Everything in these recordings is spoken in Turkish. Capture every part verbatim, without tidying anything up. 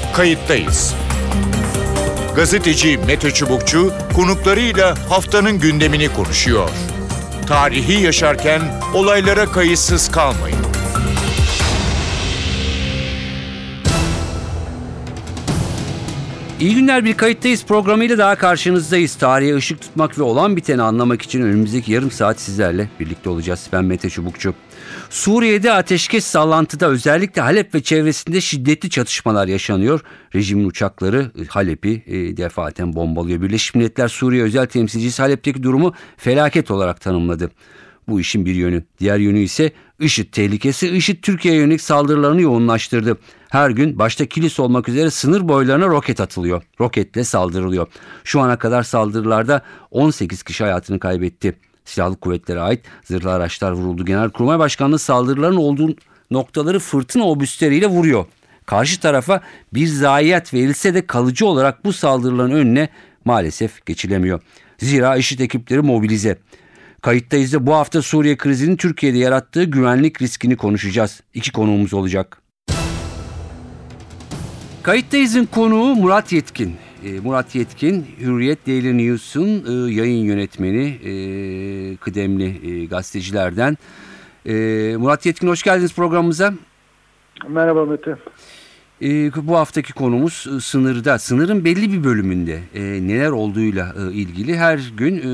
Kayıttayız. Gazeteci Mete Çubukçu konuklarıyla haftanın gündemini konuşuyor. Tarihi yaşarken olaylara kayıtsız kalmayın. İyi günler, bir Kayıttayız programıyla daha karşınızdayız. Tarihe ışık tutmak ve olan biteni anlamak için önümüzdeki yarım saat sizlerle birlikte olacağız. Ben Mete Çubukçu. Suriye'de ateşkes sallantıda, özellikle Halep ve çevresinde şiddetli çatışmalar yaşanıyor. Rejimin uçakları Halep'i e, defaten bombalıyor. Birleşmiş Milletler Suriye özel temsilcisi Halep'teki durumu felaket olarak tanımladı. Bu işin bir yönü. Diğer yönü ise IŞİD tehlikesi. IŞİD Türkiye'ye yönelik saldırılarını yoğunlaştırdı. Her gün başta Kilis olmak üzere sınır boylarına roket atılıyor. Roketle saldırılıyor. Şu ana kadar saldırılarda on sekiz kişi hayatını kaybetti. Silahlı kuvvetlere ait zırhlı araçlar vuruldu. Genelkurmay Başkanlığı saldırıların olduğu noktaları fırtına obüsleriyle vuruyor. Karşı tarafa bir zayiat verilse de kalıcı olarak bu saldırıların önüne maalesef geçilemiyor. Zira IŞİD ekipleri mobilize. Kayıttayız da bu hafta Suriye krizinin Türkiye'de yarattığı güvenlik riskini konuşacağız. İki konuğumuz olacak. Kayıttayız'ın konuğu Murat Yetkin. E, Murat Yetkin, Hürriyet Daily News'un e, yayın yönetmeni, e, kıdemli e, gazetecilerden. E, Murat Yetkin, hoş geldiniz programımıza. Merhaba Mete. E, bu haftaki konumuz e, sınırda, sınırın belli bir bölümünde e, neler olduğuyla e, ilgili. Her gün e,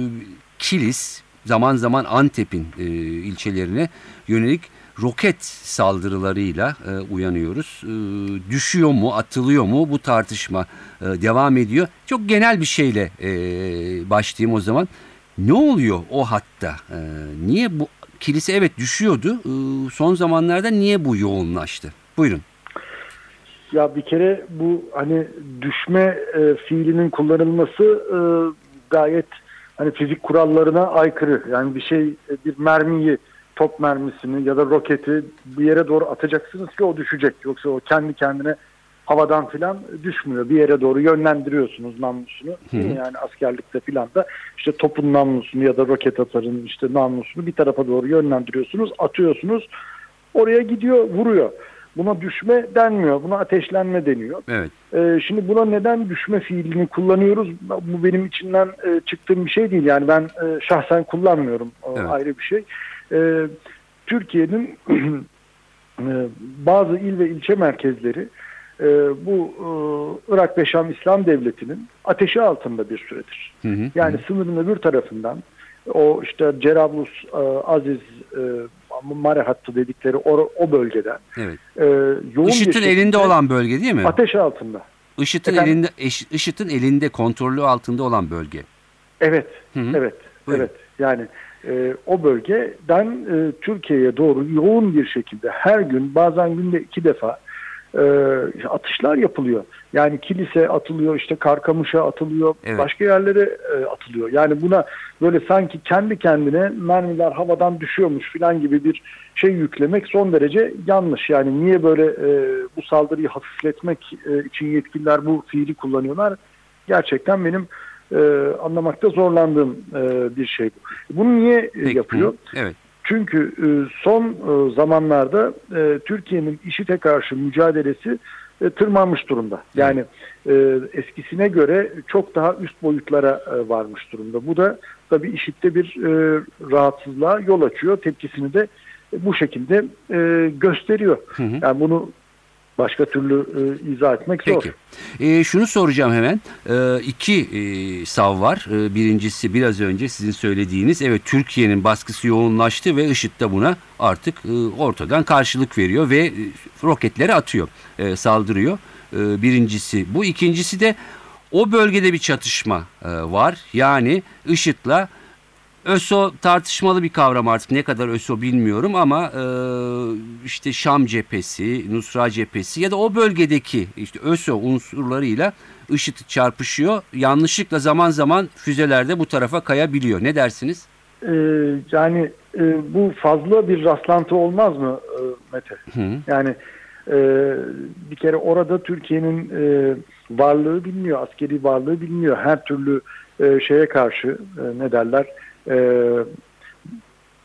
Kilis, zaman zaman Antep'in e, ilçelerine yönelik roket saldırılarıyla e, uyanıyoruz. E, düşüyor mu, atılıyor mu, bu tartışma e, devam ediyor. Çok genel bir şeyle e, başlayayım o zaman. Ne oluyor o hatta? E, niye bu kilise evet düşüyordu? E, son zamanlarda niye bu yoğunlaştı? Buyurun. Ya bir kere bu hani düşme e, fiilinin kullanılması e, gayet hani fizik kurallarına aykırı. Yani bir şey, bir mermiyi, top mermisini ya da roketi bir yere doğru atacaksınız ki o düşecek. Yoksa o kendi kendine havadan filan düşmüyor. Bir yere doğru yönlendiriyorsunuz namlusunu. Hı. Yani askerlikte filan da işte topun namlusunu ya da roket atarın işte namlusunu bir tarafa doğru yönlendiriyorsunuz, atıyorsunuz. Oraya gidiyor, vuruyor. Buna düşme denmiyor. Buna ateşlenme deniyor. Evet. Ee, şimdi buna neden düşme fiilini kullanıyoruz? Bu benim içinden e, çıktığım bir şey değil. Yani ben e, şahsen kullanmıyorum. O evet. Ayrı bir şey. E, Türkiye'nin e, bazı il ve ilçe merkezleri e, bu e, Irak ve Şam İslam Devleti'nin ateşi altında bir süredir. Hı hı. Yani sınırın öbür tarafından o işte Cerablus, e, Aziz, e, Mare hattı dedikleri o, o bölgeden. Evet. E, yoğun IŞİD'in elinde olan bölge değil mi? Ateş altında. IŞİD'in elinde, IŞİD'in elinde, kontrolü altında olan bölge. Evet, hı hı. evet, Buyurun. evet. Yani e, o bölgeden e, Türkiye'ye doğru yoğun bir şekilde her gün, bazen günde iki defa e, atışlar yapılıyor. Yani kilise atılıyor, işte Karkamış'a atılıyor, evet. başka yerlere e, atılıyor. Yani buna böyle sanki kendi kendine mermiler havadan düşüyormuş falan gibi bir şey yüklemek son derece yanlış. Yani niye böyle e, bu saldırıyı hafifletmek e, için yetkililer bu fiili kullanıyorlar? Gerçekten benim e, anlamakta zorlandığım e, bir şey bu. Bunu niye Peki. yapıyor? Evet. Çünkü e, son e, zamanlarda e, Türkiye'nin IŞİD'e karşı mücadelesi e, tırmanmış durumda. Yani e, eskisine göre çok daha üst boyutlara e, varmış durumda. Bu da tabii IŞİD'de bir e, rahatsızlığa yol açıyor. Tepkisini de e, bu şekilde e, gösteriyor. Hı hı. Yani bunu başka türlü e, izah etmek zor. Peki. E, şunu soracağım hemen. E, iki e, sav var. E, birincisi biraz önce sizin söylediğiniz. Evet, Türkiye'nin baskısı yoğunlaştı ve IŞİD de buna artık e, ortadan karşılık veriyor ve e, roketleri atıyor, e, saldırıyor. E, birincisi bu. İkincisi de o bölgede bir çatışma e, var. Yani IŞİD'le ÖSO tartışmalı bir kavram artık, ne kadar ÖSO bilmiyorum ama e, işte Şam cephesi, Nusra cephesi ya da o bölgedeki işte ÖSO unsurlarıyla IŞİD çarpışıyor. Yanlışlıkla zaman zaman füzeler de bu tarafa kayabiliyor. Ne dersiniz? Ee, yani e, bu fazla bir rastlantı olmaz mı e, Mete? Hı. Yani e, bir kere orada Türkiye'nin e, varlığı biliniyor, askeri varlığı biliniyor. Her türlü e, şeye karşı e, ne derler? Ee,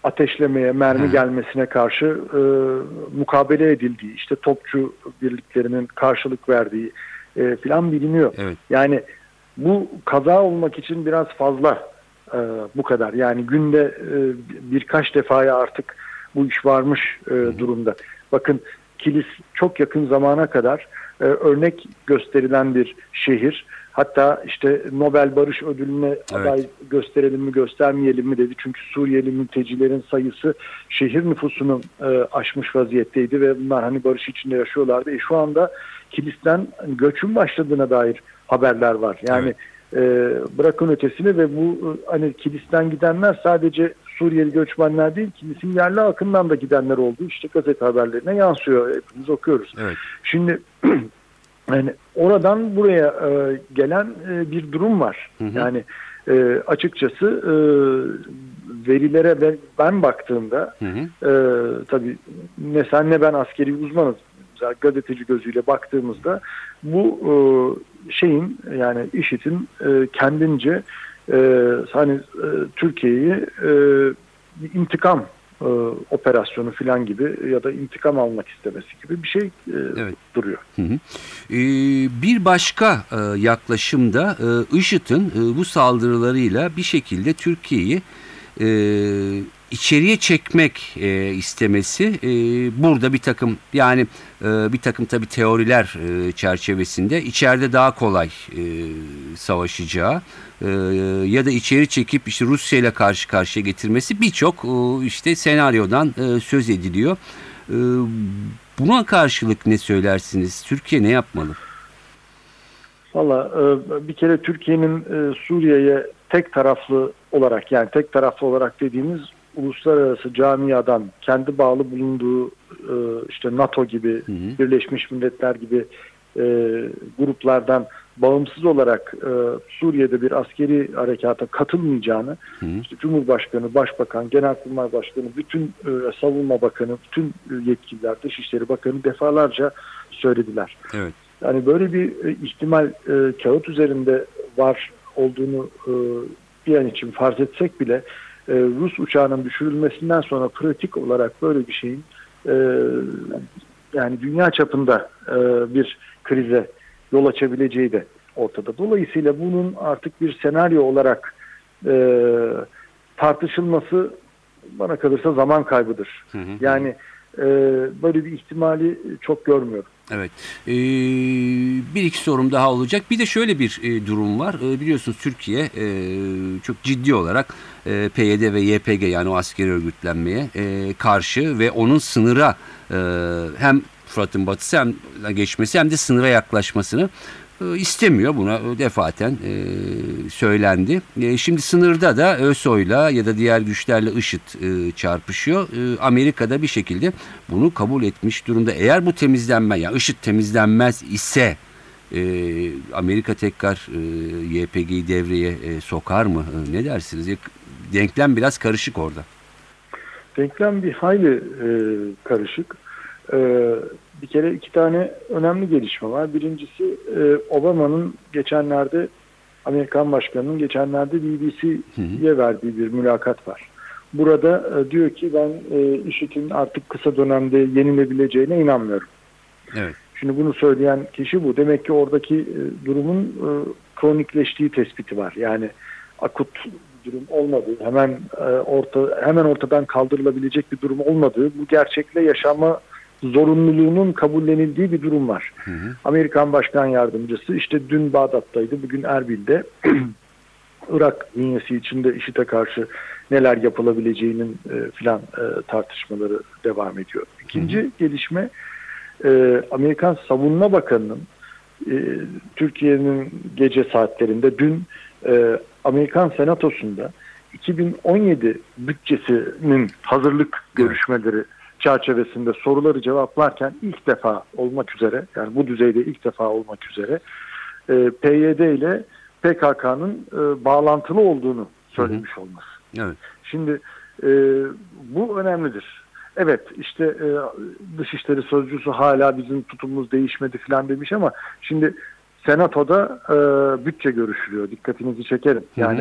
ateşlemeye, mermi Hı. gelmesine karşı e, mukabele edildiği, işte topçu birliklerinin karşılık verdiği e, falan biliniyor. Evet. Yani bu kaza olmak için biraz fazla e, bu kadar. Yani günde e, birkaç defaya artık bu iş varmış e, durumda. Bakın Kilis çok yakın zamana kadar e, örnek gösterilen bir şehir. Hatta işte Nobel Barış Ödülü'ne Evet. aday gösterelim mi göstermeyelim mi dedi. Çünkü Suriyeli mültecilerin sayısı şehir nüfusunu e, aşmış vaziyetteydi ve bunlar hani barış içinde yaşıyorlardı. E, şu anda Kilis'ten göçün başladığına dair haberler var. Yani e, bırakın ötesini ve bu e, hani Kilis'ten gidenler sadece Suriyeli göçmenler değil, Kilis'in yerli halkından da gidenler oldu. İşte gazete haberlerine yansıyor. Hepimiz okuyoruz. Evet. Şimdi yani oradan buraya e, gelen e, bir durum var. Hı hı. Yani e, açıkçası e, verilere ben, ben baktığımda Hı hı. e, tabii ne sen ne ben askeri uzmanız. Mesela gazeteci gözüyle baktığımızda bu e, şeyin yani IŞİD'in e, kendince e, hani e, Türkiye'yi e, bir intikam e, operasyonu falan gibi ya da intikam almak istemesi gibi bir şey e, Evet. duruyor. Hı hı. Ee, bir başka e, yaklaşımda e, IŞİD'in e, bu saldırılarıyla bir şekilde Türkiye'yi e, içeriye çekmek e, istemesi e, burada bir takım yani e, bir takım tabii teoriler e, çerçevesinde içeride daha kolay e, savaşacağı e, ya da içeri çekip işte Rusya ile karşı karşıya getirmesi birçok e, işte senaryodan e, söz ediliyor. E, buna karşılık ne söylersiniz? Türkiye ne yapmalı? Valla e, bir kere Türkiye'nin e, Suriye'ye tek taraflı olarak yani tek taraflı olarak dediğimiz uluslararası camiadan kendi bağlı bulunduğu e, işte NATO gibi, Hı hı. Birleşmiş Milletler gibi e, gruplardan bağımsız olarak e, Suriye'de bir askeri harekata katılmayacağını Hı hı. işte Cumhurbaşkanı, Başbakan, Genelkurmay Başkanı, bütün e, Savunma Bakanı, bütün e, yetkililer, Dışişleri Bakanı defalarca söylediler. Evet. Yani böyle bir e, ihtimal e, kağıt üzerinde var olduğunu e, bir an için farz etsek bile e, Rus uçağının düşürülmesinden sonra pratik olarak böyle bir şeyin e, yani dünya çapında e, bir krize yol açabileceği de ortada. Dolayısıyla bunun artık bir senaryo olarak e, tartışılması bana kalırsa zaman kaybıdır. Hı hı. Yani e, böyle bir ihtimali çok görmüyorum. Evet. Ee, bir iki sorum daha olacak. Bir de şöyle bir e, durum var. E, biliyorsunuz Türkiye e, çok ciddi olarak e, P Y D ve Y P G yani o askeri örgütlenmeye e, karşı ve onun sınıra e, hem Fırat'ın batısı hem geçmesi hem de sınıra yaklaşmasını e, istemiyor. Buna defaten e, söylendi. E, şimdi sınırda da ÖSO'yla ya da diğer güçlerle IŞİD e, çarpışıyor. E, Amerika'da bir şekilde bunu kabul etmiş durumda. Eğer bu temizlenme, yani IŞİD temizlenmez ise e, Amerika tekrar e, Y P G'yi devreye e, sokar mı? E, ne dersiniz? E, denklem biraz karışık orada. Denklem bir hayli e, karışık. E, bir kere iki tane önemli gelişme var. Birincisi e, Obama'nın geçenlerde Amerikan Başkanı'nın geçenlerde B B C'ye verdiği bir mülakat var. Burada e, diyor ki ben e, IŞİD'in artık kısa dönemde yenilebileceğine inanmıyorum. Evet. Şimdi bunu söyleyen kişi bu. Demek ki oradaki e, durumun e, kronikleştiği tespiti var. Yani akut durum olmadığı, hemen e, orta hemen ortadan kaldırılabilecek bir durum olmadığı, bu gerçekle yaşama zorunluluğunun kabullenildiği bir durum var. Hı hı. Amerikan Başkan Yardımcısı işte dün Bağdat'taydı, bugün Erbil'de. Irak bünyesi içinde IŞİD'e karşı neler yapılabileceğinin e, filan e, tartışmaları devam ediyor. İkinci hı hı. gelişme e, Amerikan Savunma Bakanı'nın e, Türkiye'nin gece saatlerinde dün e, Amerikan Senatosu'nda iki bin on yedi bütçesinin hazırlık görüşmeleri çerçevesinde soruları cevaplarken ilk defa olmak üzere, yani bu düzeyde ilk defa olmak üzere e, P Y D ile P K K'nın e, bağlantılı olduğunu söylemiş hı hı. olması. Evet. Şimdi e, bu önemlidir. Evet, işte e, Dışişleri Sözcüsü hala bizim tutumumuz değişmedi falan demiş ama şimdi Senato'da e, bütçe görüşülüyor. Dikkatinizi çekerim. Yani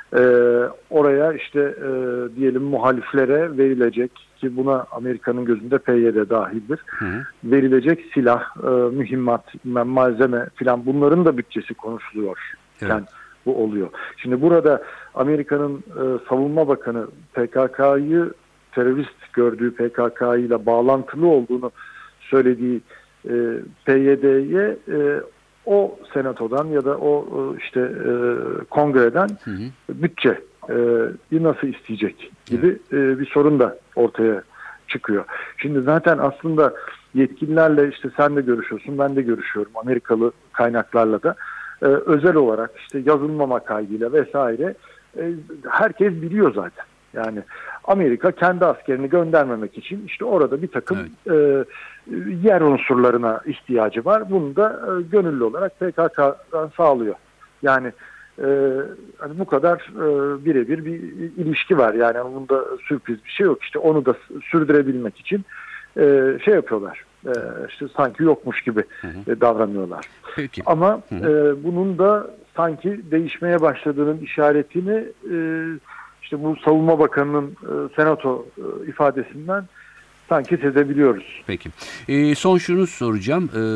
e, oraya işte e, diyelim muhaliflere verilecek, ki buna Amerika'nın gözünde P Y D dahildir, hı hı. verilecek silah, e, mühimmat, malzeme filan, bunların da bütçesi konuşuluyor. Evet. Yani bu oluyor. Şimdi burada Amerika'nın e, savunma bakanı P K K'yı terörist gördüğü, P K K ile bağlantılı olduğunu söylediği e, P Y D'ye e, o senatodan ya da o işte e, kongreden hı hı. bütçe e, nasıl isteyecek gibi evet. e, bir sorun da ortaya çıkıyor. Şimdi zaten aslında yetkililerle işte sen de görüşüyorsun, ben de görüşüyorum, Amerikalı kaynaklarla da e, özel olarak işte yazılmama kaydıyla vesaire e, herkes biliyor zaten. Yani Amerika kendi askerini göndermemek için işte orada bir takım evet. e, yer unsurlarına ihtiyacı var. Bunu da e, gönüllü olarak P K K'dan sağlıyor. Yani e, hani bu kadar e, birebir bir ilişki var. Yani bunda sürpriz bir şey yok. İşte onu da sürdürebilmek için e, şey yapıyorlar. E, işte sanki yokmuş gibi hı hı. E, davranıyorlar. Peki. Ama hı hı. E, bunun da sanki değişmeye başladığının işaretini e, İşte bu Savunma Bakanı'nın e, senato e, ifadesinden sanki sezebiliyoruz. Peki. E, son şunu soracağım. E,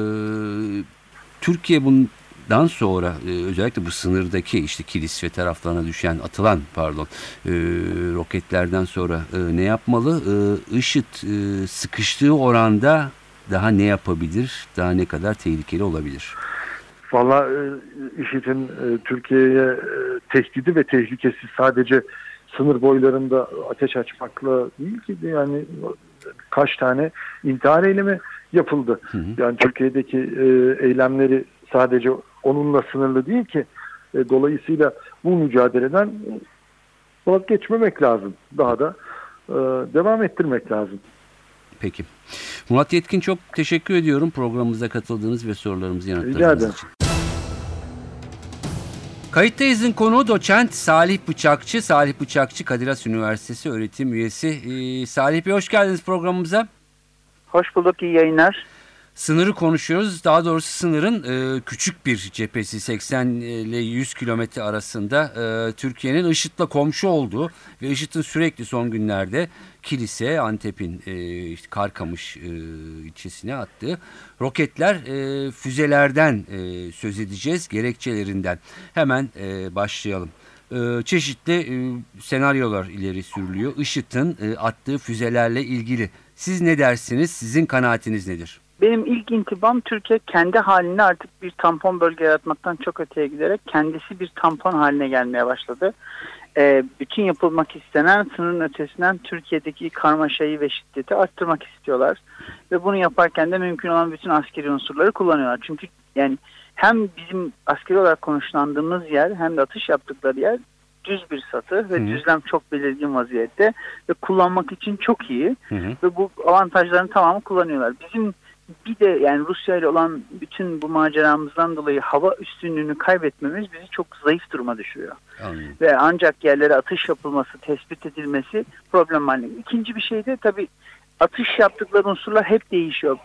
Türkiye bundan sonra e, özellikle bu sınırdaki işte Kilis ve taraflarına düşen, atılan pardon e, roketlerden sonra e, ne yapmalı? E, IŞİD e, sıkıştığı oranda daha ne yapabilir? Daha ne kadar tehlikeli olabilir? Valla e, IŞİD'in e, Türkiye'ye e, tehdidi ve tehlikesi sadece sınır boylarında ateş açmakla değil ki, yani kaç tane intihar eylemi yapıldı. Hı hı. Yani Türkiye'deki e, eylemleri sadece onunla sınırlı değil ki. E, dolayısıyla bu mücadeleden vazgeçmemek lazım. Daha da e, devam ettirmek lazım. Peki. Murat Yetkin, çok teşekkür ediyorum programımıza katıldığınız ve sorularımızı yanıtladığınız için. Kayıttayız'ın konuğu doçent Salih Bıçakçı. Salih Bıçakçı, Kadir Has Üniversitesi öğretim üyesi. Ee, Salih Bey, hoş geldiniz programımıza. Hoş bulduk, iyi yayınlar. Sınırı konuşuyoruz. Daha doğrusu sınırın e, küçük bir cephesi, seksen ile yüz kilometre arasında e, Türkiye'nin IŞİD'le komşu olduğu ve IŞİD'in sürekli son günlerde Kilis'e, Antep'in e, işte Karkamış e, ilçesine attığı roketler, e, füzelerden e, söz edeceğiz, gerekçelerinden. Hemen e, başlayalım. E, çeşitli e, senaryolar ileri sürülüyor IŞİD'in e, attığı füzelerle ilgili. Siz ne dersiniz? Sizin kanaatiniz nedir? Benim ilk intibam, Türkiye kendi halinde artık bir tampon bölge yaratmaktan çok öteye giderek kendisi bir tampon haline gelmeye başladı. Ee, bütün yapılmak istenen sınırın ötesinden Türkiye'deki karmaşayı ve şiddeti arttırmak istiyorlar. Ve bunu yaparken de mümkün olan bütün askeri unsurları kullanıyorlar. Çünkü yani hem bizim askeri olarak konuşlandığımız yer hem de atış yaptıkları yer düz bir satı ve hı hı. düzlem çok belirgin vaziyette ve kullanmak için çok iyi. Hı hı. Ve bu avantajların tamamı kullanıyorlar. Bizim bir de yani Rusya ile olan bütün bu maceramızdan dolayı hava üstünlüğünü kaybetmemiz bizi çok zayıf duruma düşürüyor. Anladım. Ve ancak yerlere atış yapılması, tespit edilmesi problem haline. İkinci bir şey de tabii atış yaptıkları unsurlar hep değişiyor.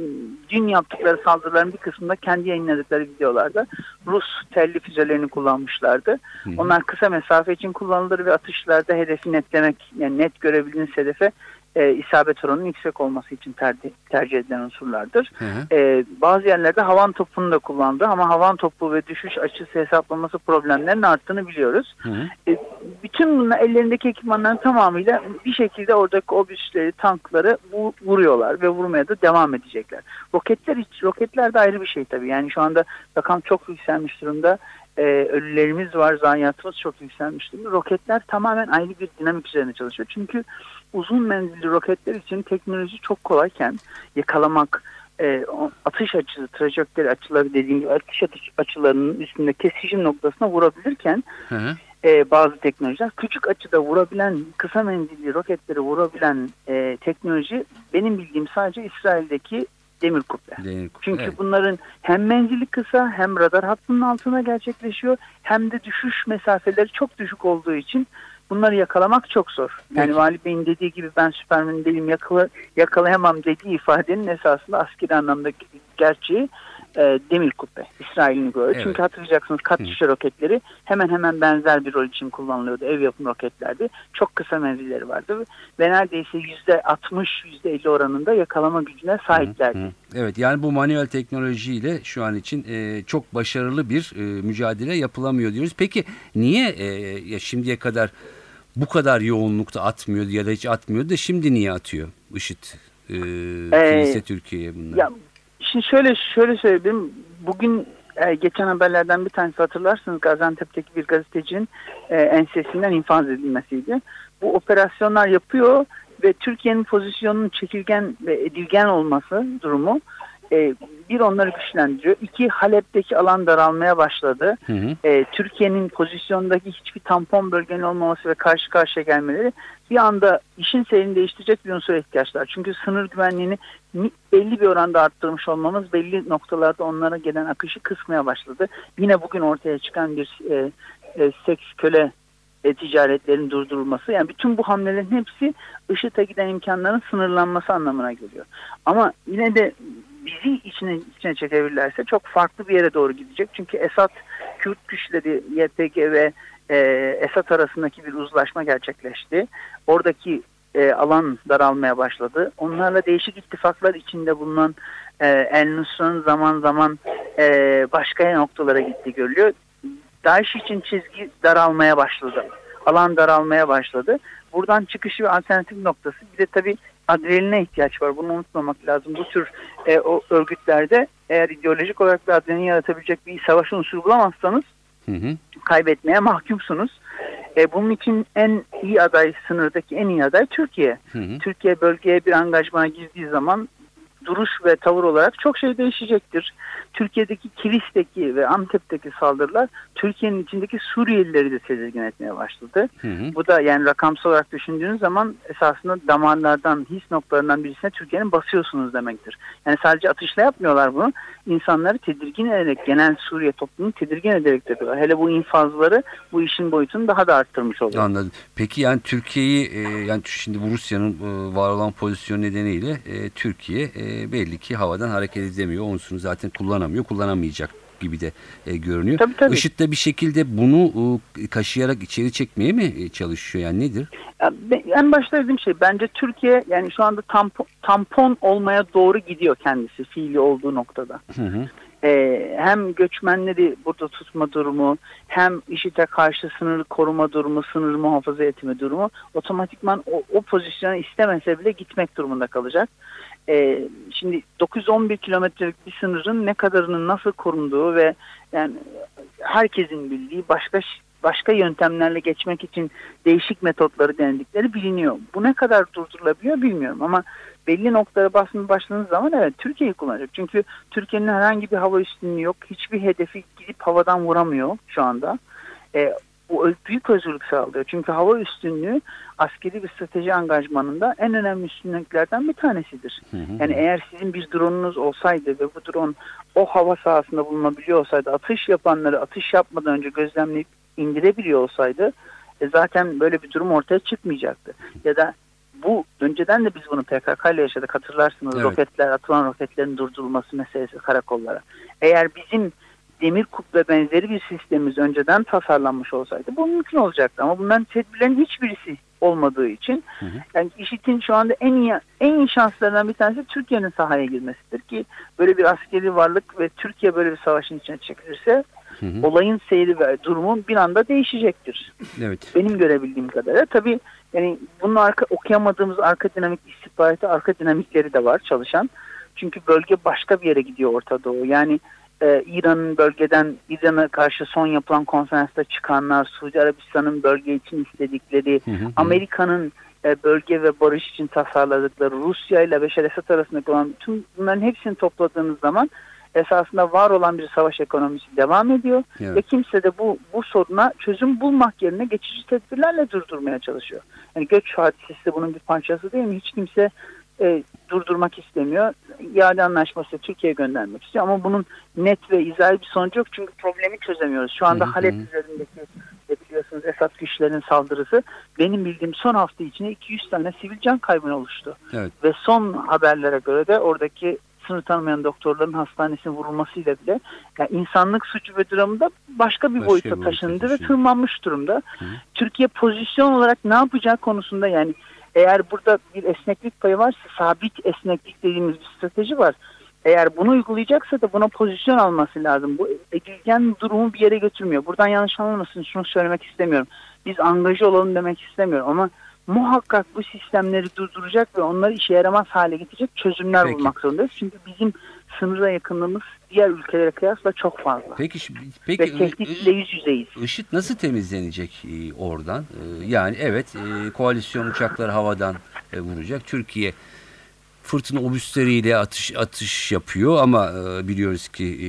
Dün yaptıkları saldırıların bir kısmında kendi yayınladıkları videolarda Rus telli füzelerini kullanmışlardı. Hı hı. Onlar kısa mesafe için kullanılır ve atışlarda hedefi netlemek, yani net görebildiğiniz hedefe e, isabet oranının yüksek olması için tercih, tercih edilen unsurlardır. Hı hı. E, bazı yerlerde havan topunu da kullandı ama havan topu ve düşüş açısı hesaplaması problemlerinin arttığını biliyoruz. Hı hı. E, bütün bunlar ellerindeki ekipmanların tamamıyla bir şekilde oradaki obüsleri, tankları vuruyorlar ve vurmaya da devam edecekler. Roketler hiç, roketler de ayrı bir şey tabii. Yani şu anda rakam çok yükselmiş durumda. Ee, ölülerimiz var, zayiatımız çok yükselmiş durumda. Roketler tamamen ayrı bir dinamik üzerine çalışıyor. Çünkü uzun menzilli roketler için teknoloji çok kolayken yakalamak, e, atış açısı, trajektörü açıları dediğim gibi atış atış açılarının üstünde kesişim noktasına vurabilirken hı hı. E, bazı teknolojiler küçük açıda vurabilen, kısa menzilli roketleri vurabilen e, teknoloji benim bildiğim sadece İsrail'deki demir kubbe. Demir kubbe. Çünkü evet. bunların hem menzili kısa hem radar hattının altına gerçekleşiyor hem de düşüş mesafeleri çok düşük olduğu için bunları yakalamak çok zor. Yani Peki. Vali Bey'in dediği gibi ben Süpermen değilim, yakala, yakalayamam dediği ifadenin esasında askeri anlamdaki gerçeği e, demir kubbe. İsrail'in böyle. Evet. Çünkü hatırlayacaksınız Katyusha roketleri hemen hemen benzer bir rol için kullanılıyordu. Ev yapımı roketlerdi. Çok kısa menzilleri vardı ve neredeyse yüzde altmış yüzde elli oranında yakalama gücüne sahiplerdi. Hı hı. Evet, yani bu manuel teknolojiyle şu an için e, çok başarılı bir e, mücadele yapılamıyor diyoruz. Peki niye e, ya şimdiye kadar bu kadar yoğunlukta atmıyordu ya da hiç atmıyordu da şimdi niye atıyor IŞİD? E, Ee, kilise Türkiye'ye bunlar. Ya, şimdi şöyle şöyle söyleyeyim. Bugün e, geçen haberlerden bir tanesi hatırlarsınız Gaziantep'teki bir gazetecinin e, ensesinden infaz edilmesiydi. Bu operasyonlar yapıyor ve Türkiye'nin pozisyonunun çekilgen ve edilgen olması durumu e, bir onları güçlendiriyor. İki Halep'teki alan daralmaya başladı. Hı hı. E, Türkiye'nin pozisyondaki hiçbir tampon bölgenin olmaması ve karşı karşıya gelmeleri bir anda işin seyrini değiştirecek bir unsura ihtiyaçlar. Çünkü sınır güvenliğini belli bir oranda arttırmış olmamız belli noktalarda onlara gelen akışı kısmaya başladı. Yine bugün ortaya çıkan bir e, e, seks köle e, ticaretlerin durdurulması, yani bütün bu hamlelerin hepsi IŞİD'e giden imkanların sınırlanması anlamına geliyor. Ama yine de bizi içine, içine çekebilirlerse çok farklı bir yere doğru gidecek. Çünkü Esad, Kürt güçleri, Y P G ve e, Esad arasındaki bir uzlaşma gerçekleşti. Oradaki e, alan daralmaya başladı. Onlarla değişik ittifaklar içinde bulunan e, El-Nusra'nın zaman zaman e, başka noktalara gitti görülüyor. DAEŞ için çizgi daralmaya başladı. Alan daralmaya başladı. Buradan çıkışı ve alternatif noktası. Bir de tabii adrenaline ihtiyaç var. Bunu unutmamak lazım. Bu tür e, o örgütlerde eğer ideolojik olarak da adrenalin yaratabilecek bir savaş unsuru bulamazsanız Hı hı. kaybetmeye mahkumsunuz. E, bunun için en iyi aday, sınırdaki en iyi aday Türkiye. Hı hı. Türkiye bölgeye bir angajmana girdiği zaman duruş ve tavır olarak çok şey değişecektir. Türkiye'deki Kilis'teki ve Antep'teki saldırılar Türkiye'nin içindeki Suriyelileri de tedirgin etmeye başladı. Hı hı. Bu da yani rakamsal olarak düşündüğünüz zaman esasında damarlardan, his noktalarından birisine Türkiye'nin basıyorsunuz demektir. Yani sadece atışla yapmıyorlar bunu. İnsanları tedirgin ederek, genel Suriye toplumunu tedirgin ederek yapıyorlar. Hele bu infazları bu işin boyutunu daha da arttırmış oluyor. Anladım. Peki yani Türkiye'yi e, yani şimdi bu Rusya'nın e, var olan pozisyonu nedeniyle e, Türkiye e, belli ki havadan hareket edemiyor. Onsunu zaten kullanamıyor, kullanamayacak gibi de e, görünüyor. Tabii, tabii. IŞİD de bir şekilde bunu e, kaşıyarak içeri çekmeye mi e, çalışıyor? Yani nedir? Ya, ben, en başta dediğim şey bence Türkiye yani şu anda tampon, tampon olmaya doğru gidiyor kendisi fiili olduğu noktada. Hı hı. Ee, hem göçmenleri burada tutma durumu, hem IŞİD'e karşı sınırı koruma durumu, sınır muhafaza etme durumu otomatikman o, o pozisyona istemese bile gitmek durumunda kalacak. Ee, şimdi dokuz yüz on bir kilometrelik bir sınırın ne kadarının nasıl korunduğu ve yani herkesin bildiği başka başka yöntemlerle geçmek için değişik metotları denedikleri biliniyor. Bu ne kadar durdurulabiliyor bilmiyorum ama belli noktalara basmaya başladığınız zaman evet Türkiye'yi kullanacak. Çünkü Türkiye'nin herhangi bir hava üstünlüğü yok. Hiçbir hedefi gidip havadan vuramıyor şu anda. E, bu büyük özgürlük sağlıyor. Çünkü hava üstünlüğü askeri bir strateji angajmanında en önemli üstünlüklerden bir tanesidir. Hı hı. Yani eğer sizin bir drone'unuz olsaydı ve bu drone o hava sahasında bulunabiliyor olsaydı, atış yapanları atış yapmadan önce gözlemleyip indirebiliyor olsaydı e, zaten böyle bir durum ortaya çıkmayacaktı. Ya da bu önceden de biz bunu P K K ile yaşadık, hatırlarsınız. Evet. Roketler, atılan roketlerin durdurulması meselesi karakollara. Eğer bizim demir kubbe benzeri bir sistemimiz önceden tasarlanmış olsaydı bu mümkün olacaktı. Ama bunların tedbirlerin hiçbirisi olmadığı için hı hı. yani IŞİD'in şu anda en iyi en iyi şanslarından bir tanesi Türkiye'nin sahaya girmesidir ki böyle bir askeri varlık ve Türkiye böyle bir savaşın içine çekilirse hı hı. olayın seyri ve durumu bir anda değişecektir. Evet. Benim görebildiğim kadarıyla. Tabii yani bunun arka, okuyamadığımız arka dinamik istihbaratı, arka dinamikleri de var çalışan. Çünkü bölge başka bir yere gidiyor Orta Doğu. Yani e, İran'ın bölgeden İran'a karşı son yapılan konferansta çıkanlar, Suudi Arabistan'ın bölge için istedikleri, hı hı. Amerika'nın e, bölge ve barış için tasarladıkları, Rusya ile Beşar Esad arasındaki olan bütün bunların hepsini topladığınız zaman esasında var olan bir savaş ekonomisi devam ediyor. Evet. Ve kimse de bu bu soruna çözüm bulmak yerine geçici tedbirlerle durdurmaya çalışıyor. Yani göç hadisesi de bunun bir parçası değil mi? Hiç kimse e, durdurmak istemiyor. İade anlaşması Türkiye'ye göndermek istiyor ama bunun net ve izahlı bir sonucu yok çünkü problemi çözemiyoruz. Şu anda hı hı. Halep üzerindeki biliyorsunuz Esad güçlerinin saldırısı benim bildiğim son hafta içinde iki yüz tane sivil can kaybına oluştu. Evet. Ve son haberlere göre de oradaki sınır tanımayan doktorların hastanesine vurulmasıyla bile yani insanlık suçu ve dramı da başka bir Başka boyuta bir boyuta taşındı ve taşındı. tırmanmış durumda. Hı. Türkiye pozisyon olarak ne yapacağı konusunda yani eğer burada bir esneklik payı varsa sabit esneklik dediğimiz bir strateji var. Eğer bunu uygulayacaksa da buna pozisyon alması lazım. Bu edilgen durumu bir yere götürmüyor. Buradan yanlış anlamasın, şunu söylemek istemiyorum. Biz angaje olalım demek istemiyorum ama muhakkak bu sistemleri durduracak ve onları işe yaramaz hale getirecek çözümler Peki. bulmak zorundayız. Çünkü bizim sınıra yakınlığımız diğer ülkelere kıyasla çok fazla. Peki, şi- Ve peki tehditle yüz yüzeyiz. IŞİD nasıl temizlenecek e, oradan? E, yani evet e, koalisyon uçakları havadan e, vuracak. Türkiye fırtına obüsleriyle atış atış yapıyor ama e, biliyoruz ki e,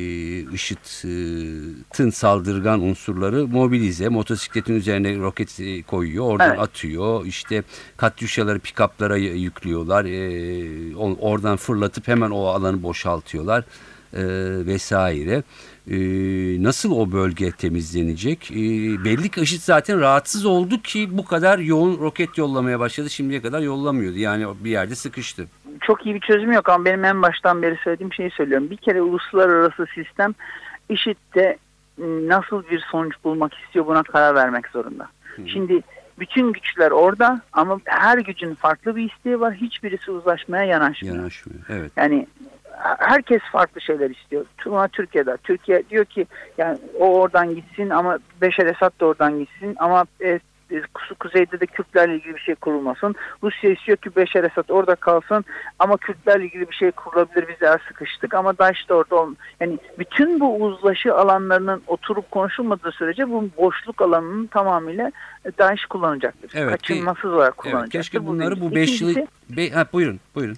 IŞİD'in saldırgan unsurları mobilize, motosikletin üzerine roket e, koyuyor, oradan Evet. atıyor. İşte katyuşaları pikaplara y- yüklüyorlar, e, o- oradan fırlatıp hemen o alanı boşaltıyorlar e, vesaire. E, nasıl o bölge temizlenecek? E, belli ki IŞİD zaten rahatsız oldu ki bu kadar yoğun roket yollamaya başladı. Şimdiye kadar yollamıyordu. Yani bir yerde sıkıştı. Çok iyi bir çözüm yok ama benim en baştan beri söylediğim şeyi söylüyorum. Bir kere uluslararası sistem IŞİD'de nasıl bir sonuç bulmak istiyor buna karar vermek zorunda. Hı. Şimdi bütün güçler orada ama her gücün farklı bir isteği var. Hiçbirisi uzlaşmaya yanaşmıyor. Yanaşmıyor. Evet. Yani herkes farklı şeyler istiyor. Tuna Türkiye'de. Türkiye diyor ki yani o oradan gitsin ama Beşar Esad da oradan gitsin ama e, kuzeyde de Kürtlerle ilgili bir şey kurulmasın. Rusya istiyor ki Beşar Esad orada kalsın ama Kürtlerle ilgili bir şey kurulabilir, biz eğer sıkıştık ama DAEŞ de orada olm- yani bütün bu uzlaşı alanlarının oturup konuşulmadığı sürece bu boşluk alanının tamamıyla DAEŞ kullanacaktır. Evet, Kaçınılmaz olarak Evet, kullanacaktır. keşke Bu bunları birincisi. bu beş yılı... İkincisi, Be, ha, buyurun, buyurun.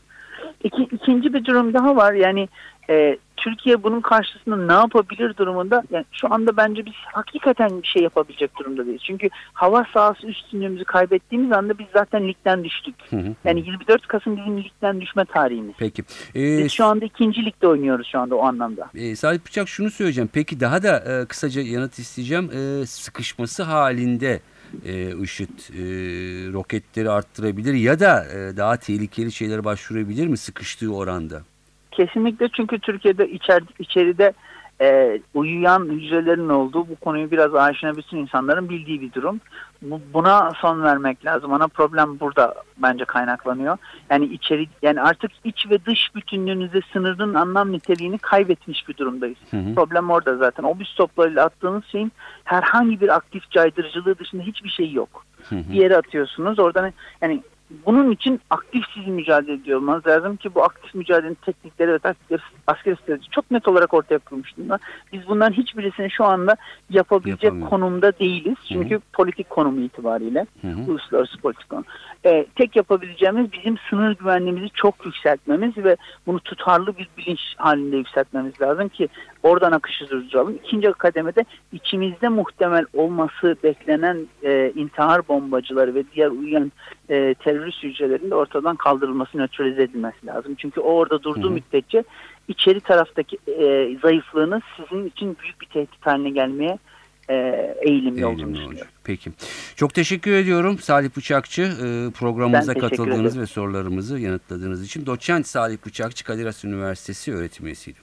İki, ikinci bir durum daha var. Yani e, Türkiye bunun karşısında ne yapabilir durumunda? Yani şu anda bence biz hakikaten bir şey yapabilecek durumda değiliz. Çünkü hava sahası üstünlüğümüzü kaybettiğimiz anda biz zaten ligden düştük. Hı hı. Yani yirmi dört Kasım bizim ligden düşme tarihimiz. Peki. Ee, Biz şu anda ikinci ligde oynuyoruz şu anda o anlamda. e, Salih Bıçak şunu söyleyeceğim. Peki daha da e, kısaca yanıt isteyeceğim. E, sıkışması halinde e, IŞİD e, roketleri arttırabilir ya da e, daha tehlikeli şeylere başvurabilir mi sıkıştığı oranda? Kesinlikle, çünkü Türkiye'de içer, içeride e, uyuyan hücrelerin olduğu, bu konuyu biraz aşina bütün insanların bildiği bir durum. Bu, buna son vermek lazım. Ana problem burada bence kaynaklanıyor. Yani içeri, yani artık iç ve dış bütünlüğünüzde sınırın anlam niteliğini kaybetmiş bir durumdayız. Hı hı. Problem orada zaten. Obüs toplarıyla attığınız şeyin herhangi bir aktif caydırıcılığı dışında hiçbir şey yok. Hı hı. Bir yere atıyorsunuz. Oradan yani bunun için aktif sizin mücadele ediyor olmanız lazım ki bu aktif mücadelenin teknikleri ve taktikleri, askeri strateji çok net olarak ortaya kurmuş durumda. Biz bunların hiçbirisini şu anda yapabilecek Yapamıyor. konumda değiliz. Çünkü Hı hı. politik konumu itibariyle, Hı hı. uluslararası politik konum. Ee, tek yapabileceğimiz bizim sınır güvenliğimizi çok yükseltmemiz ve bunu tutarlı bir bilinç halinde yükseltmemiz lazım ki oradan akışı durduralım. İkinci kademede içimizde muhtemel olması beklenen e, intihar bombacıları ve diğer uyuyan e, terörist hücrelerin de ortadan kaldırılması, nötralize edilmesi lazım. Çünkü o orada durduğu Hı hı. müddetçe içeri taraftaki e, zayıflığınız sizin için büyük bir tehdit haline gelmeye e, eğilimli olduğunu Eğilimli düşünüyorum. olacak. Peki. Çok teşekkür ediyorum Salih Bıçakçı. E, programımıza Ben teşekkür katıldığınız ederim. ve sorularımızı yanıtladığınız için. Doçent Salih Bıçakçı, Kadir Has Üniversitesi öğretim üyesiydi.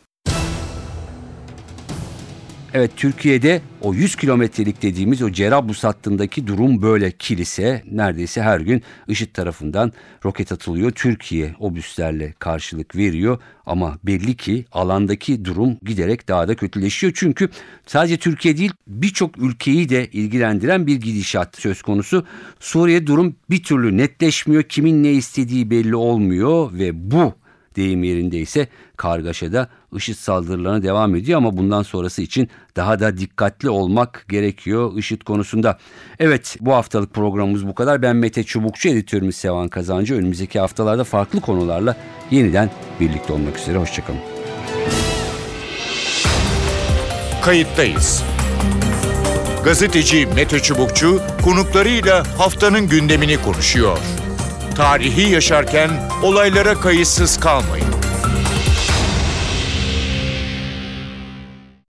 Evet, Türkiye'de o yüz kilometrelik dediğimiz o Cerablus hattındaki durum böyle. Kilise neredeyse her gün IŞİD tarafından roket atılıyor. Türkiye obüslerle karşılık veriyor ama belli ki alandaki durum giderek daha da kötüleşiyor. Çünkü sadece Türkiye değil, birçok ülkeyi de ilgilendiren bir gidişat söz konusu. Suriye durum bir türlü netleşmiyor. Kimin ne istediği belli olmuyor ve bu deyim yerindeyse kargaşada IŞİD saldırılarına devam ediyor ama bundan sonrası için daha da dikkatli olmak gerekiyor IŞİD konusunda. Evet, bu haftalık programımız bu kadar. Ben Mete Çubukçu, editörümüz Sevan Kazancı. Önümüzdeki haftalarda farklı konularla yeniden birlikte olmak üzere. Hoşçakalın. Kayıttayız. Gazeteci Mete Çubukçu konuklarıyla haftanın gündemini konuşuyor. Tarihi yaşarken olaylara kayıtsız kalmayın.